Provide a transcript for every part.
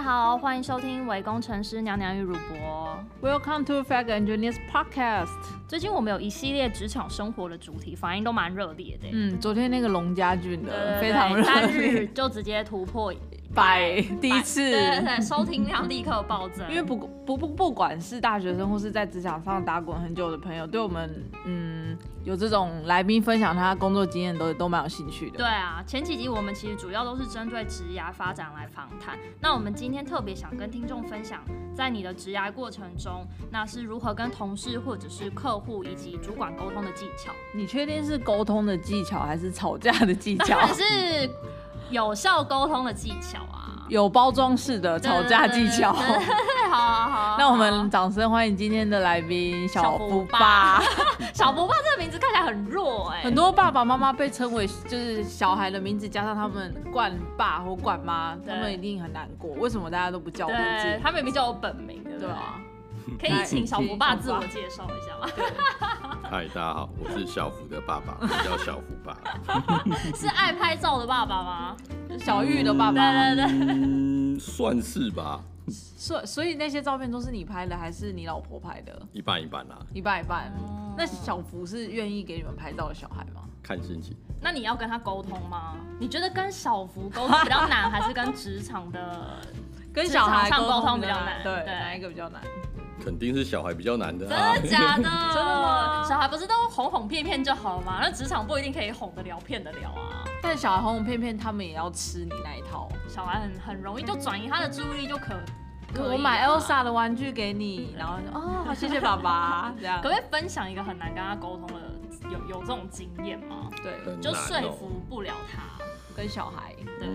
好，欢迎收听伪工程师娘娘与乳博。 Welcome to Fag Engineers Podcast。 最近我们有一系列职场生活的主题，反应都蛮热烈的。 昨天那个龙家俊的非常热烈， 单日就直接突破 100，第一次， 对，收听量立刻暴增。 因为不管是大学生或是在职场上打滚很久的朋友，对我们有这种来宾分享他工作经验都蛮有兴趣的。 对啊，前几集我们其实主要都是针对职涯发展来访谈。那我们今天特别想跟听众分享，在你的职涯过程中，那是如何跟同事或者是客户以及主管沟通的技巧。 你确定是沟通的技巧还是吵架的技巧？ 当然是有效沟通的技巧啊， 有包装式的吵架技巧。 好， 那我们掌声欢迎今天的来宾小福爸。 小福爸这个名字看起来很弱很多爸爸妈妈被称为就是小孩的名字加上他们冠爸或冠妈，他们一定很难过。为什么大家都不叫我名字？ 他明明叫我本名，对啊。可以请小福爸自我介绍一下吗？ 嗨，大家好，我是小福的爸爸，我叫小福爸。 是爱拍照的爸爸吗？ 小玉的爸爸？ 对， 算是吧。 所以那些照片都是你拍的，还是你老婆拍的？ 一半一半啦， 一半一半。那小福是愿意给你们拍照的小孩吗？ 看心情。 那你要跟他沟通吗？你觉得跟小福沟通比较难，还是跟职场的跟小孩沟通比较难？ 对，哪一个比较难？ 肯定是小孩比较难的啊！真的假的？ 真的吗？ 小孩不是都哄骗骗就好了吗？那职场不一定可以哄得了骗得了啊。 但小孩哄骗骗，他们也要吃你那一套。 小孩很容易就转移他的注意力就可以。 我买 Elsa 的玩具给你，然后好谢谢爸爸。这样可不可以分享一个很难跟他沟通的有这种经验吗？ 对， 就说服不了他跟小孩。 对。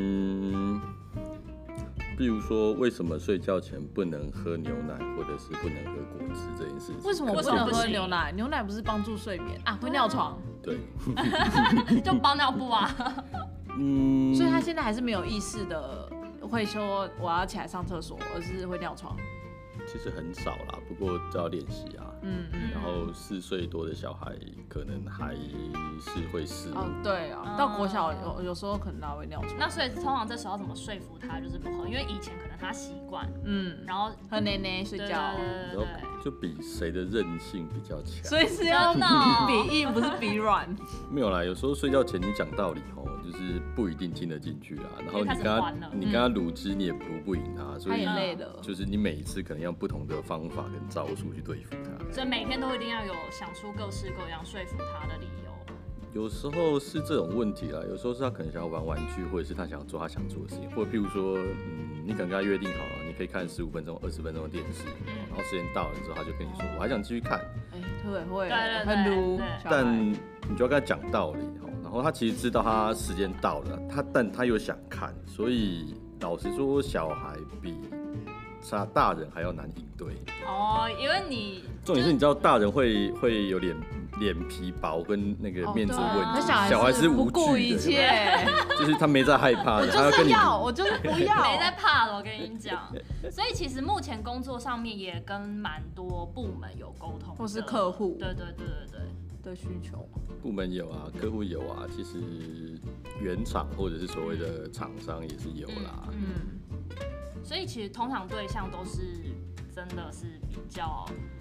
比如说，为什么睡觉前不能喝牛奶，或者是不能喝果汁这件事情？ 为什么不能喝牛奶？牛奶不是帮助睡眠啊，会尿床。 对， 就包尿布啊。 所以他现在还是没有意识的会说我要起来上厕所，而是会尿床。 其实很少啦，不过就要练习啊。然后4岁多的小孩可能还是会适应。 对啊，到国小有时候可能他会尿床。 那所以通常这时候怎么说服他就是不喝？因为以前可能他习惯，然后喝奶奶睡觉， 就比谁的韧性比较强。 所以是要比硬不是比软。 没有啦，有时候睡觉前你讲道理就是不一定听得进去啦。然后你跟他鲁之，你也读不赢他，所以他也累了。 就是你每一次可能用不同的方法跟招数去对付他。 所以每天都一定要有想出各式各样说服他的理由。 有时候是这种问题啦，有时候是他可能想要玩玩具，或者是他想做他想做的事情，或者譬如说，你可能跟他约定好了，你可以看15分钟、20分钟的电视，然后时间到了之后，他就跟你说，我还想继续看。 会很鲁， 但你就要跟他讲道理，然后他其实知道他时间到了，但他又想看，所以老实说，小孩比大人还要难应对。 因为你重点是你知道大人会有脸皮薄跟那个面子问题，小孩是无惧的， 一切就是他没在害怕的，他要跟你我就是不要， 没在怕的，我跟你讲。所以其实目前工作上面也跟蛮多部门有沟通， 或是客户， 对的需求。 部门有啊，客户有啊，其实原厂或者是所谓的厂商也是有啦。 所以其实通常对象都是真的是比较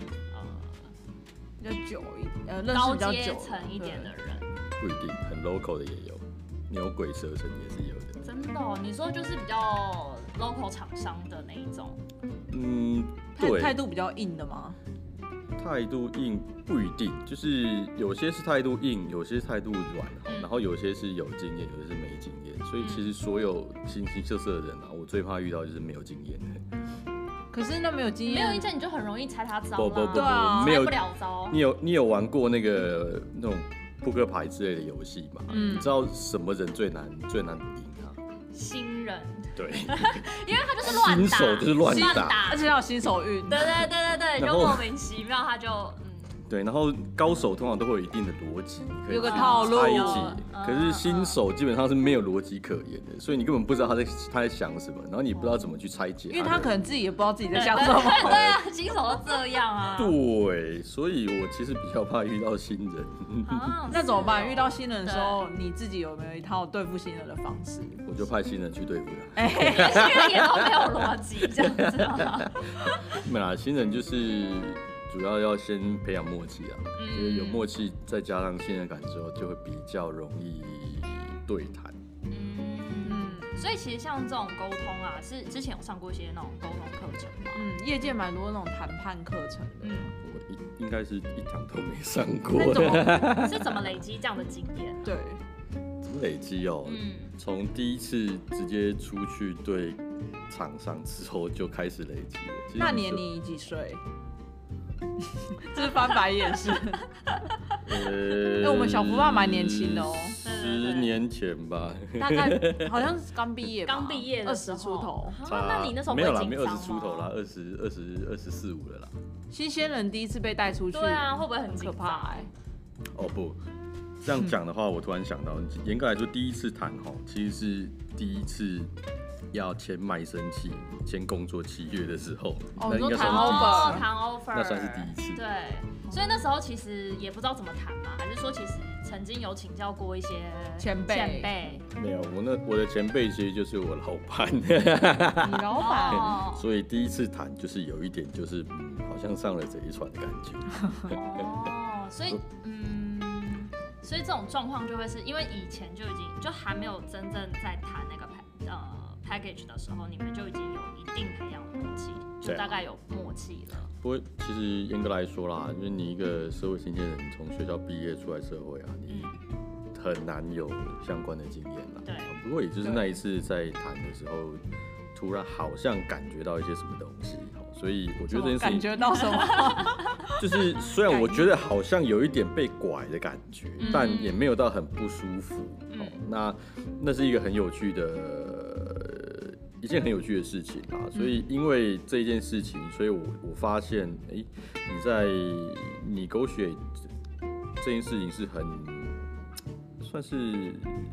久高阶层一点的人， 不一定，很 local 的也有，牛鬼蛇神也是有的。 真的你说就是比较 local 厂商的那一种， 对， 态度比较硬的吗？ 态度硬不一定，就是有些是态度硬，有些是态度软，然后有些是有经验，有些是没经验。所以其实所有形形色色的人啊，我最怕遇到就是没有经验的。 可是那没有经验， 没有意见你就很容易猜他招啦。 不，没有猜不了招。 你有玩过那种扑克牌之类的游戏吗？你知道什么人最难赢啊？ 新人。 对， 因为他就是乱打， 新手就是乱打， 而且要有新手运。 对，就莫名其妙他就对，然后高手通常都会有一定的逻辑，你可以有个套路拆解。可是新手基本上是没有逻辑可言的，所以你根本不知道他在想什么，然后你不知道怎么去拆解。 因为他可能自己也不知道自己在想什么。 对啊，新手都这样啊。 对，所以我其实比较怕遇到新人。 那怎么办？遇到新人的时候，你自己有没有一套对付新人的方式？ 我就派新人去对付他。 新人也都没有逻辑，这样子吗？ 没啦，新人就是主要要先培养默契啊，就是有默契，再加上信任感之后，就会比较容易对谈。 所以其实像这种沟通啊，是之前有上过一些那种沟通课程吗？ 业界蛮多那种谈判课程的。 我应该是一堂都没上过。 是怎么累积这样的经验？ 对， 怎么累积哦？从第一次直接出去对厂商之后就开始累积了。 那年你几岁？这翻白眼是。我们小福爸蛮年轻的哦 ，10年前吧， 大概好像是刚毕业的时候 20出头。 那你那时候没有啦， 没 20出头啦，24、25了啦。 新鲜人第一次被带出去， 对啊，会不会很可怕？ 哦不，这样讲的话，我突然想到，严格来说，第一次谈其实是第一次要签卖身契、签工作契约的时候， 那应该谈 offer， 那算是第一次。 对，所以那时候其实也不知道怎么谈嘛，还是说其实曾经有请教过一些前辈？ 没有，我的前辈其实就是我老板。 你老板？ 所以第一次谈就是有一点就是好像上了贼船的感觉。 所以这种状况就会是因为以前就还没有真正在谈那个package 的时候，你们就已经有一定培养的默契，就大概有默契了。 不过其实严格来说啦，就是你一个社会新鲜人从学校毕业出来社会啊，你很难有相关的经验啦。 对。 不过也就是那一次在谈的时候，突然好像感觉到一些什么东西，所以我觉得这件事情感觉到什么？ 就是虽然我觉得好像有一点被拐的感觉，但也没有到很不舒服。那是一个很有趣的一件很有趣的事情啊。所以因为这件事情，所以我发现，你在negotiate这件事情是算是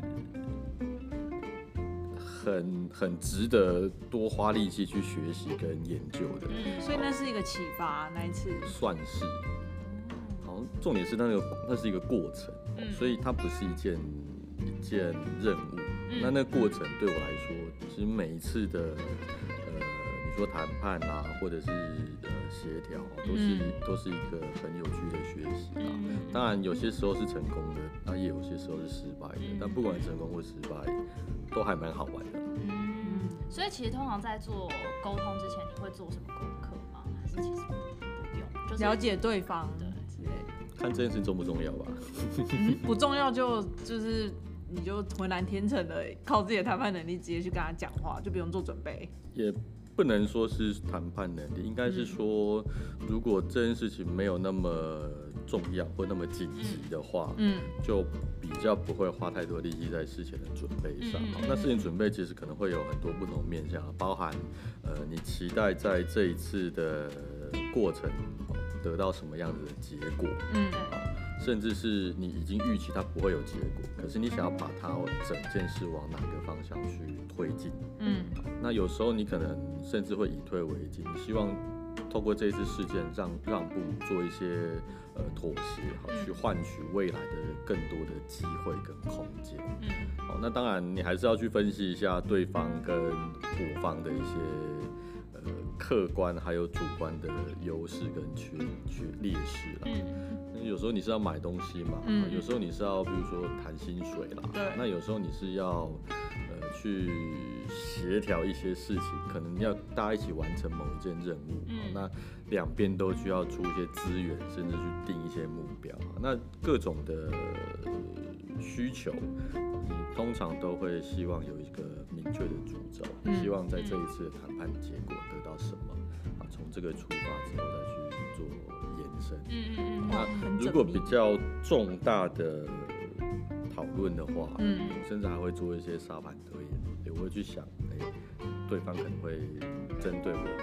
很值得多花力气去学习跟研究的。 所以那是一个启发，那一次算是。好像重点是那是一个过程，所以它不是一件任务。那个过程对我来说，其实每一次的你说谈判啦，或者是协调，都是一个很有趣的学习啦。当然有些时候是成功的，那也有些时候是失败的。但不管成功或失败，都还蛮好玩的。 所以其实通常在做沟通之前，你会做什么功课吗？还是其实不用，就是了解对方之类的。 看这件事重不重要吧？ 不重要就是你就浑然天成的靠自己的谈判能力直接去跟他讲话，就不用做准备。 也不能说是谈判能力，应该是说，如果这件事情没有那么重要或那么紧急的话，就比较不会花太多力气在事前的准备上。那事前准备其实可能会有很多不同面向，包含你期待在这一次的过程得到什么样子的结果，甚至是你已经预期它不会有结果，可是你想要把它整件事往哪个方向去推进，那有时候你可能甚至会以退为进，你希望透过这一次事件让步做一些妥协，去换取未来的更多的机会跟空间。好，那当然你还是要去分析一下对方跟我方的一些客观还有主观的优势跟劣势啦。有时候你是要买东西嘛，有时候你是要比如说谈薪水啦，那有时候你是要去协调一些事情，可能要大家一起完成某一件任务，那两边都需要出一些资源，甚至去定一些目标。那各种的需求，你通常都会希望有一个明确的主轴，希望在这一次的谈判结果得到什么，从这个出发之后再去做延伸。那如果比较重大的讨论的话，甚至还会做一些沙盘推演，我会去想，对方可能会针对我讲的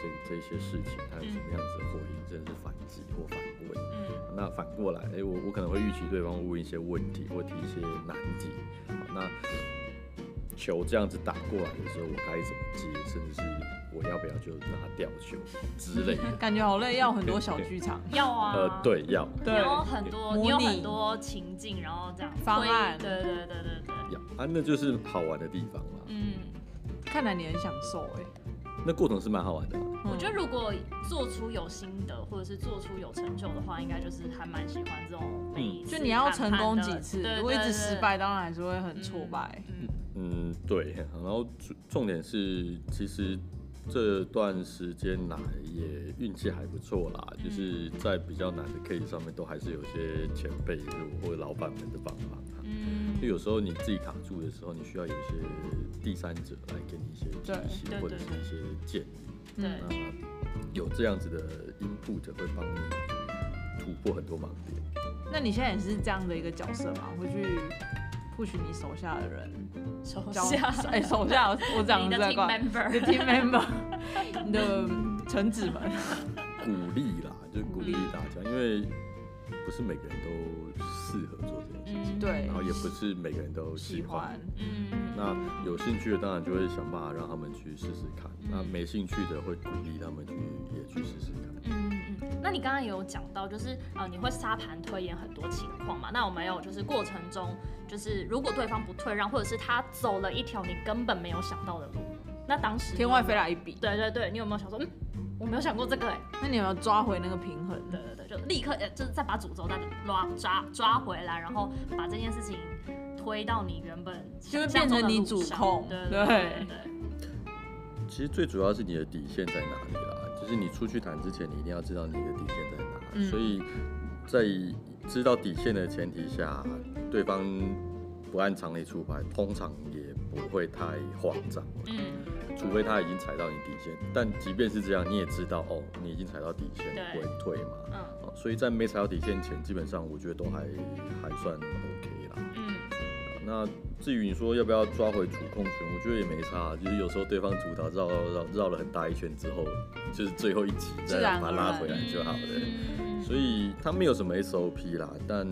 这些事情，他有什么样子的回应，甚至是反击或反问。那反过来，我可能会预期对方问一些问题，或提一些难题。好，那球这样子打过来的时候，我该怎么接，甚至是我要不要就拿掉球之类的。 感觉好累，要很多小剧场。 要啊， 对，要。 你有很多情境，然后这样方案。 对。 要啊，那就是好玩的地方嘛。 看来你很享受那过程是蛮好玩的。 我觉得如果做出有心得或者是做出有成就的话，应该就是还蛮喜欢这种每一次就你要成功几次， 对如果一直失败，当然还是会很挫败。 对。然后重点是，其实这段时间来也运气还不错啦，就是在比较难的 case 上面，都还是有些前辈或者老板们的帮忙。就有时候你自己卡住的时候，你需要有一些第三者来给你一些提醒或者是一些建议。 对， 那有这样子的 input 会帮你突破很多盲点。 那你现在也是这样的一个角色吗？会去 push 你手下的人？手下，我讲的在怪。你的 team member， 你的臣子们。 鼓励啦，就是鼓励大家，因为不是每个人都适合做这件事情， 对， 然后也不是每个人都喜欢，那有兴趣的当然就会想办法让他们去试试看，那没兴趣的会鼓励他们也去试试看。 那你刚刚也有讲到，就是你会沙盘推演很多情况嘛？那我们有就是过程中，就是如果对方不退让，或者是他走了一条你根本没有想到的路，那当时天外飞来一笔， 对，你有没有想说，我没有想过这个那你有没有抓回那个平衡？ 对，就立刻就是再把主轴再抓回来，然后把这件事情推到你原本就会变成你主控。对。 其实最主要是你的底线在哪里啦，就是你出去谈之前，你一定要知道你的底线在哪。所以在知道底线的前提下，对方不按常理出牌，通常也不会太慌张。除非他已经踩到你底线，但即便是这样，你也知道你已经踩到底线，不会退嘛。所以在没踩到底线前，基本上我觉得都还算 OK 啦。那至于你说要不要抓回主控权，我觉得也没差，就是有时候对方主导绕了很大一圈之后，就是最后一集再把它拉回来就好了。所以他没有什么 SOP 啦，但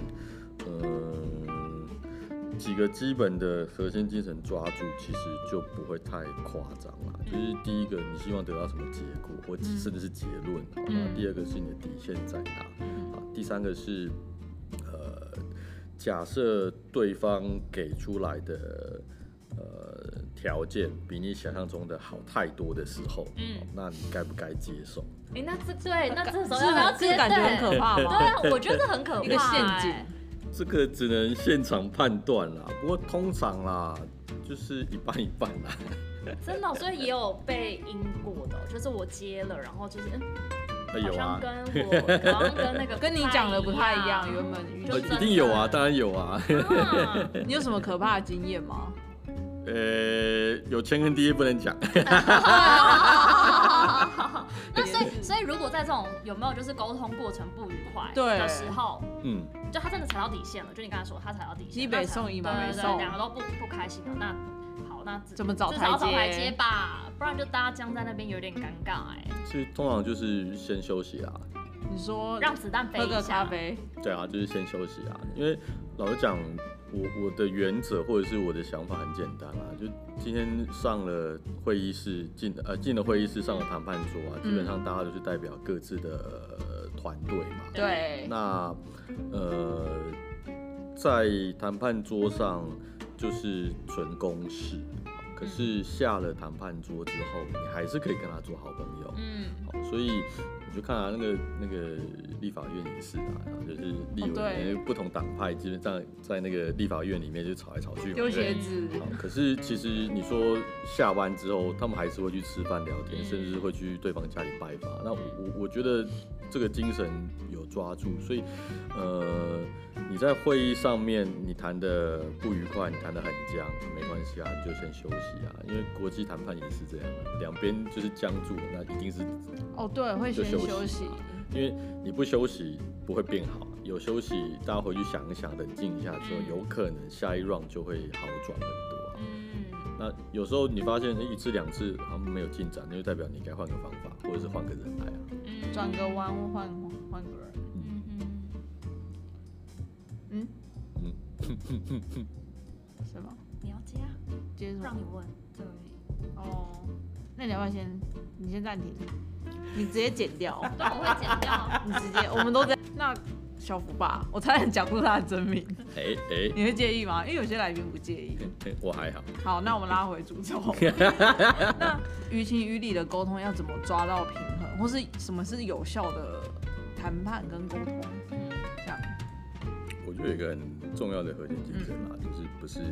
几个基本的核心精神抓住，其实就不会太夸张啦。就是第一个，你希望得到什么结果，或甚至是结论。第二个是你的底线在哪。第三个是假设对方给出来的条件比你想象中的好太多的时候，那你该不该接受？ 那这时候要这感觉很可怕吗？ 对啊，我觉得这很可怕， 一个陷阱。 这个只能现场判断啦，不过通常啦，就是一半一半啦。 真的，所以也有被阴过的，就是我接了，然后就是好像跟那个跟你讲的不太一样，原本一定有啊，当然有啊。 你有什么可怕的经验吗？ 有签跟第一不能讲。 那所以如果在这种有没有就是沟通过程不愉快的时候，就他真的踩到底线了，就你刚才说他踩到底线， 一北送一嘛，没送， 两个都不开心了，那好，那怎么找台阶？ 至少找台阶吧，不然就大家僵在那边有点尴尬其实通常就是先休息啦。 你说让子弹飞一下， 喝个咖啡？ 对啊，就是先休息啊，因为老实讲。我的原则或者是我的想法很简单啦，就今天上了会议室，进了会议室，上了谈判桌啊，基本上大家都是代表各自的团队嘛。 对。 那在谈判桌上就是纯公事，可是下了谈判桌之后，你还是可以跟他做好朋友。好，所以你就看那个立法院也是啊，然后就是立委不同党派基本上在那个立法院里面就吵来吵去嘛， 丢鞋子。 好，可是其实你说下班之后，他们还是会去吃饭聊天，甚至会去对方家里拜访。那我觉得这个精神有抓住，所以你在会议上面你谈的不愉快，你谈的很僵，没关系啊，你就先休息啊，因为国际谈判也是这样的，两边就是僵住，那一定是对，会先休息。 因为你不休息不会变好，有休息大家回去想一想，冷静一下之后，有可能下一 round 就会好转很多。 那有时候你发现一次两次好像没有进展，那就代表你该换个方法，或者是换个人来啊。 转个弯或换个人。是吗？ 你要接啊？ 接什么？ 让你问这个。 哦，那你要不要你先暂停，你直接剪掉。 对，我会剪掉。 你直接，我们都在那。小福吧，我差点讲出他的真名。你会介意吗？因为有些来宾不介意。 我还好。 好，那我们拉回主轴。那于情于理的沟通要怎么抓到平衡，或是什么是有效的谈判跟沟通？这样。 我觉得有一个很重要的核心精神啦，就是不是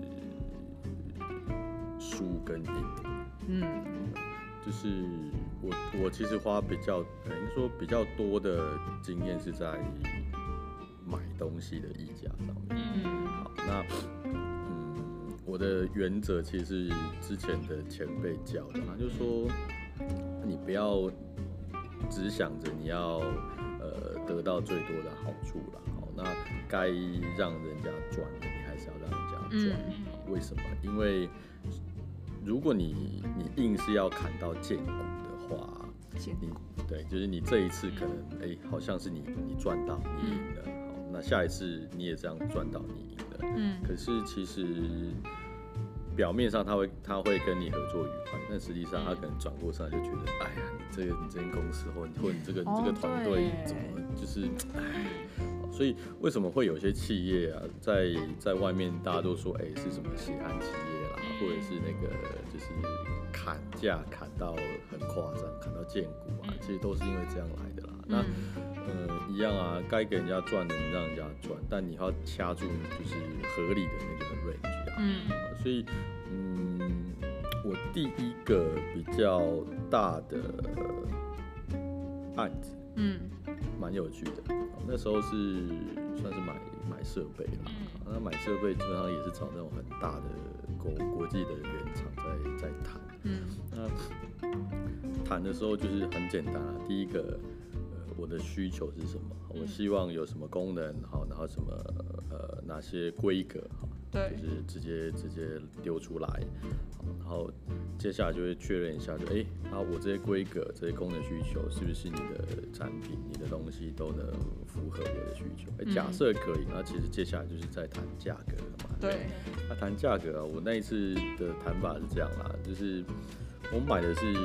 输跟赢。就是我其实花比较多的经验是在买东西的议价上面。好，那我的原则其实是之前的前辈教的嘛，就是说你不要只想着你要得到最多的好处啦。好，那该让人家赚的，你还是要让人家赚。为什么？因为如果你硬是要砍到见骨的话，对，就是你这一次可能好像是你赚到，你赢了，好，那下一次你也这样赚到，你赢了，可是其实表面上他会跟你合作愉快，但实际上他可能转过身来就觉得，哎呀，你这间公司或你这个团队怎么就是所以为什么会有些企业啊，在外面大家都说是什么血汗企业啦，或者是那个就是砍价砍到很夸张，砍到见骨啊，其实都是因为这样来的啦。那一样啊，该给人家赚的你让人家赚，但你要掐住就是合理的那个 range 啊。所以我第一个比较大的案子，蛮有趣的。那时候是算是买设备啦，那买设备基本上也是找那种很大的国际的原厂在谈。那谈的时候就是很简单啊，第一个我的需求是什么？我希望有什么功能，然后什么哪些规格，就是直接丢出来，然后接下来就会确认一下，我这些规格、这些功能需求是不是你的产品、你的东西都能符合我的需求？假设可以，那其实接下来就是在谈价格了嘛。 对。 那谈价格啊，我那一次的谈法是这样啦，就是我买的是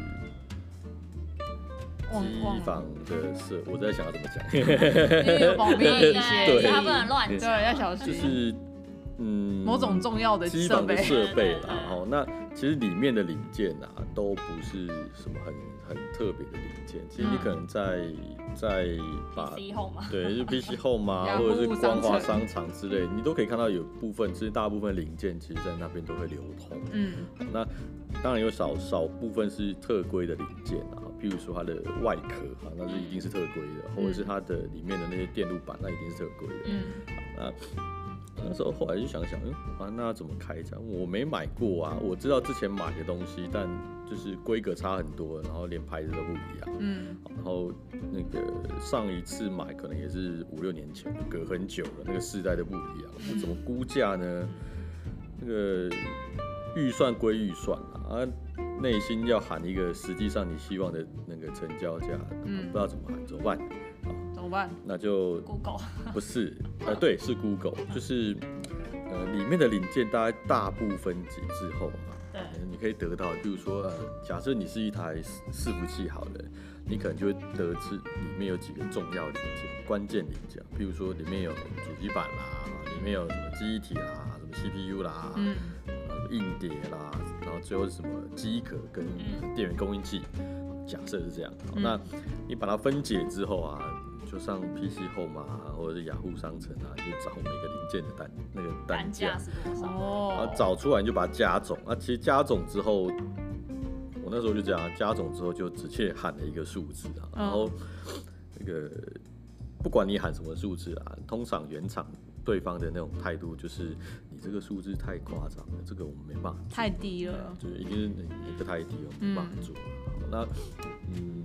机房的设，我在想要怎么讲，因为有保密一些， 对，他不能乱讲， 对，要小心。 就是某种重要的机房的设备啦，那其实里面的零件啊，都不是什么很特别的零件，其实你可能在把 PC Home 嘛， 对，就 PC Home 啊，或者是光华商场之类，你都可以看到有部分，其实大部分零件其实在那边都会流通。那当然有少部分是特规的零件啊，譬如说它的外壳啊，那是一定是特规的，或者是它的里面的那些电路板，那一定是特规的。那时候后来就想想，那怎么开价？我没买过啊，我知道之前买的东西，但就是规格差很多，然后连牌子都不一样。然后那个上一次买可能也是5-6年前，隔很久了，那个世代都不一样。我怎么估价呢？那个预算归预算啊，内心要喊一个实际上你希望的那个成交价，不知道怎么喊，怎么办？ 怎么办？ 那就 Google 不是，对，是 Google， 就是里面的零件大部分解之后啊， 对， 你可以得到，比如说假设你是一台伺服器好了，你可能就会得知里面有几个重要零件、关键零件，比如说里面有主机板啦，里面有什么记忆体啦，什么 CPU 啦，硬碟啦，然后最后是什么机壳跟电源供应器。假设是这样，那你把它分解之后啊，就上 PC Home 啊，或者是雅虎商城啊，就找每个零件的单价是多少， 然后找出来你就把它加总。其实加总之后，我那时候就这样，加总之后就直接喊了一个数字啊，然后那个不管你喊什么数字啊，通常原厂对方的那种态度就是你这个数字太夸张了，这个我们没办法做， 太低了， 就是一定是你这太低了，没办法做。那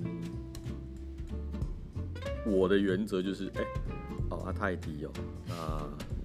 我的原则就是，太低哦，那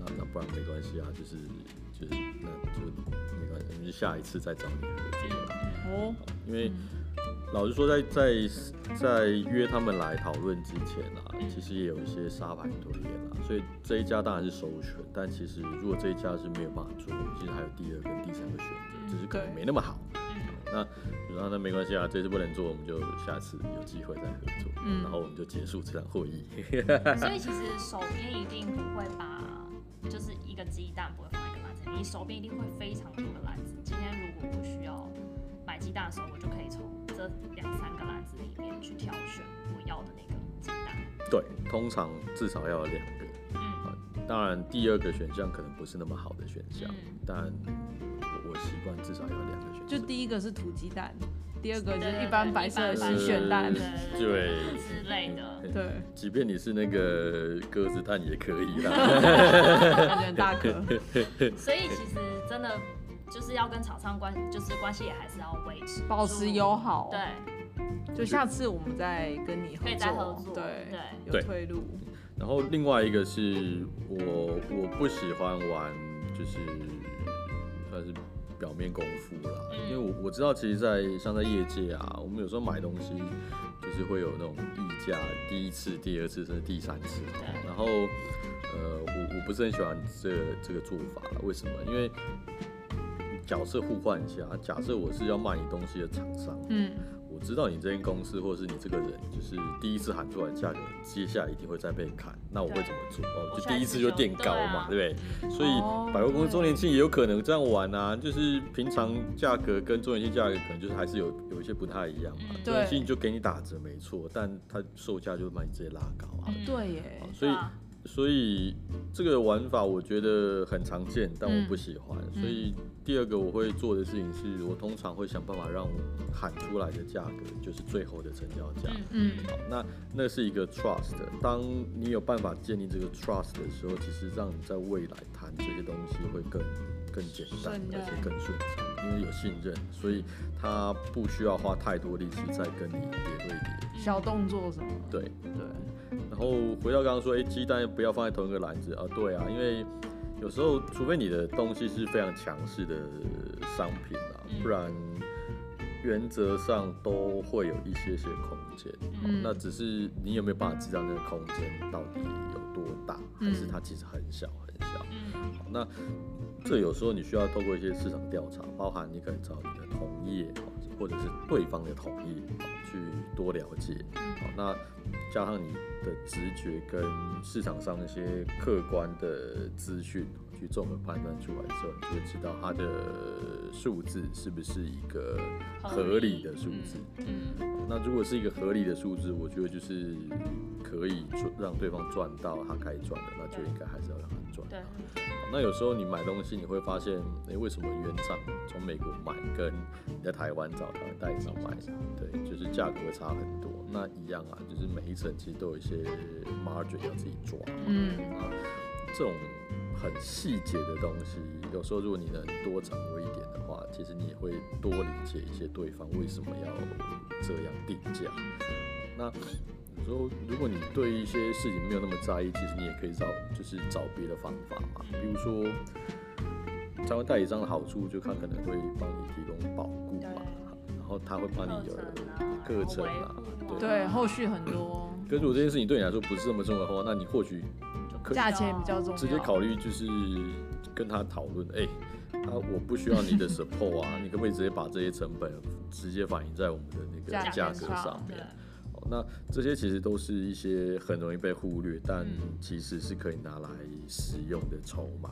那不然没关系啊，就是那就没关系，我们就下一次再找你合作啦。因为老实说，在约他们来讨论之前啊，其实也有一些沙盘推演啦，所以这一家当然是首选，但其实如果这一家是没有办法做，其实还有第2跟第3个选择，只是可能没那么好。那没关系啊，这次不能做，我们就下次有机会再合作，然后我们就结束这场会议。 所以其实手边一定不会把，就是一个鸡蛋不会放在一个篮子里，你手边一定会非常多的篮子。今天如果不需要买鸡蛋的时候，我就可以从这2、3个篮子里面去挑选我要的那个鸡蛋。 对，通常至少要有2个。当然第2个选项可能不是那么好的选项，但我习惯至少要2个选项。 就第一个是土鸡蛋，第2个就是一般白色的洗选蛋， 对之类的。 对， 即便你是那个鸽子蛋也可以啦， 感觉很大颗。 所以其实真的就是要跟厂商关系也还是要维持， 保持友好。 对， 就下次我们再跟你合作， 可以再合作。 对，有退路。 然后另外一个是我不喜欢玩，就是算是表面功夫啦，因为我知道，其实像在业界啊，我们有时候买东西就是会有那种议价，第1次、第2次甚至第3次。然后我不是很喜欢这个做法，为什么？因为角色互换一下，假设我是要卖你东西的厂商，我知道你这间公司或者是你这个人，就是第1次喊出来的价格，接下来一定会再被砍，那我会怎么做？就第1次就垫高嘛，对不对？所以百货公司周年庆也有可能这样玩啊，就是平常价格跟周年庆价格可能就是还是有一些不太一样嘛。周年庆就给你打折没错，但它售价就把你直接拉高啊。 对耶。 所以这个玩法我觉得很常见，但我不喜欢。所以第2个我会做的事情是，我通常会想办法让我喊出来的价格就是最后的成交价。好，那是一个 trust。当你有办法建立这个 trust 的时候，其实让你在未来谈这些东西会更简单，而且更顺畅，因为有信任，所以他不需要花太多力气再跟你叠对叠。 小动作什么？ 对。然后回到刚刚说，鸡蛋不要放在同一个篮子啊，对啊，因为有时候除非你的东西是非常强势的商品啊，不然原则上都会有一些空间。那只是你有没有办法知道那个空间到底有多大，还是它其实很小很小。好，那这有时候你需要透过一些市场调查，包含你可能找你的同业或者是对方的同业去多了解。好，那加上你的直觉跟市场上一些客观的资讯去综合判断出来之后，你就会知道它的数字是不是一个合理的数字。那如果是一个合理的数字，我觉得就是可以让对方赚到他该赚的，那就应该还是要让他赚。那有时候你买东西你会发现，为什么原厂从美国买跟你在台湾找台湾代理商买，对，就是价格会差很多。那一样啊，就是每一层其实都有一些 margin 要自己抓。那这种很细节的东西，有时候如果你能多掌握一点的话，其实你也会多理解一些对方为什么要这样定价。那有时候如果你对一些事情没有那么在意，其实你也可以找别的方法嘛。比如说台湾代理商的好处，就他可能会帮你提供保固嘛，然后他会帮你有课程啊， 对，后续很多。 可是如果这件事情对你来说不是那么重要的话，那你或许价钱比较重要， 直接考虑就是跟他讨论，我不需要你的 support 啊，你可不可以直接把这些成本直接反映在我们的那个价格上面？那这些其实都是一些很容易被忽略，但其实是可以拿来使用的筹码。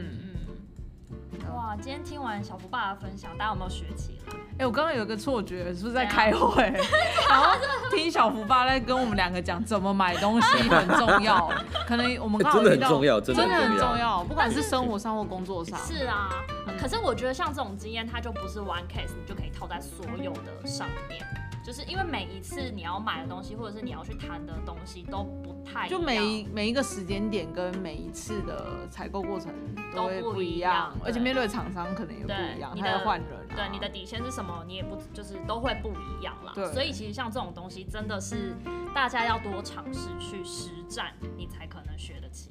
哇，今天听完小福爸的分享，大家有没有学起来？ 我刚刚有个错觉，是不是在开会？然后听小福爸在跟我们2个讲怎么买东西很重要，可能我们刚好真的很重要， 真的很重要，不管是生活上或工作上。 是啊，可是我觉得像这种经验，它就不是 one case， 你就可以套在所有的上面。就是因为每一次你要买的东西，或者是你要去谈的东西都不太一样， 就每一个时间点跟每一次的采购过程都会不一样，而且面对厂商可能也不一样，他会换人啊。 对，你的底线是什么，你也不就是都会不一样啦。所以其实像这种东西，真的是大家要多尝试去实战，你才可能学得起来。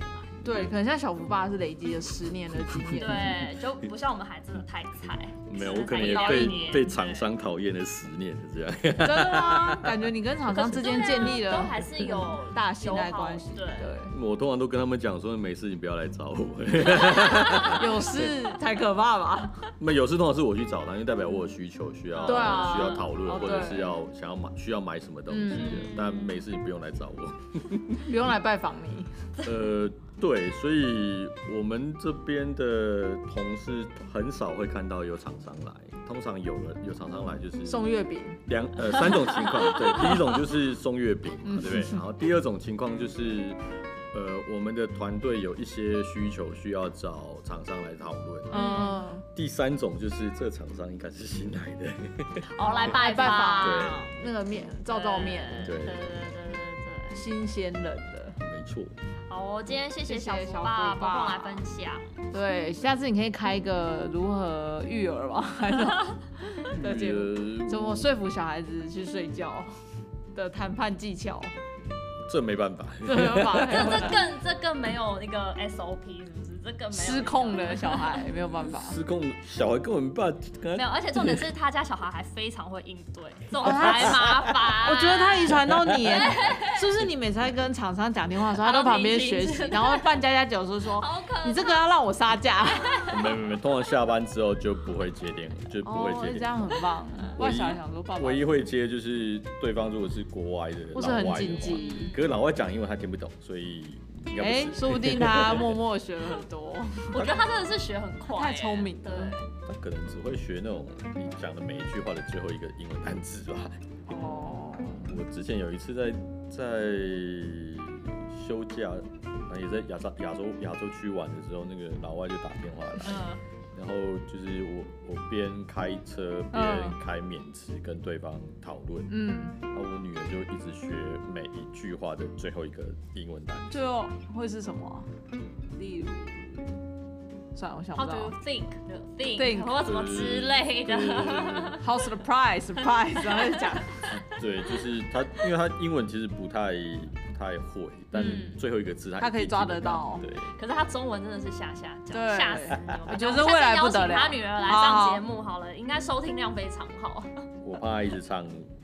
对，可能像小福爸是累积了10年的经验， 对，就不像我们还真的太菜。 没有，我可能也被厂商讨厌了10年，是这样。 真的吗？感觉你跟厂商之间建立了都还是有大信赖关系。对， 我通常都跟他们讲说，没事你不要来找我。 有事才可怕吧？ 有事通常是我去找他，因为代表我有需求，需要讨论，或者是需要买什么东西的。但没事你不用来找我， 不用来拜访你。 对，所以我们这边的同事很少会看到有厂商来，通常有厂商来就是送月饼 ，3种情况，对，第一种就是送月饼嘛，对不对？然后第二种情况就是，我们的团队有一些需求需要找厂商来讨论，第3种就是这厂商应该是新来的， 来拜访， 对，那个面照面， 对， 新鲜人的， 没错。 好，今天谢谢小福爸拨空来分享。 对，下次你可以开一个如何育儿吧，的节目，怎么说服小孩子去睡觉的谈判技巧。 这没办法， 这更没有那个 SOP 是不是？这更没有失控的小孩没有办法， 失控小孩根本没办法。 没有，而且重点是他家小孩还非常会应对，这种才麻烦。 我觉得他遗传到你，是不是？你每次在跟厂商讲电话的时候，他都旁边学习，然后扮家家酒说，你这个要让我杀价。 没，通常下班之后就不会接电话，就不会接电话。 这样很棒。我想说，爸爸唯一会接就是对方如果是国外的或是很紧急， 可是老外讲英文他听不懂，所以说不定他默默学了很多。 我觉得他真的是学很快， 太聪明了。 他可能只会学那种你讲的每一句话的最后一个英文单字吧。我之前有一次在休假，也在亚洲区玩的时候，那个老外就打电话来。然后就是我边开车边开免持跟对方讨论，然后我女儿就一直学每一句话的最后一个英文单词。 最后会是什么？例如，算了，我想不到。 How do you think 或什么之类的。 How surprise， 然后就讲。 对，就是他，因为他英文其实不太会，但最后一个字他可以抓得到。 对。 可是他中文真的是吓死你！ 我觉得未来不得了。 他女儿来上节目好了，应该收听量非常好。 我怕他一直唱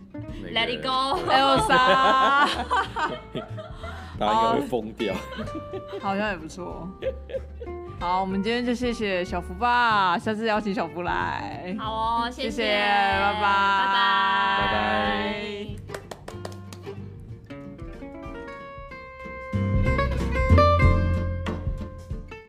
Let It Go Elsa， 他应该会疯掉。 好像也不错。好，我们今天就谢谢小福吧，下次邀请小福来。 好哦，谢谢， 拜拜， 拜拜。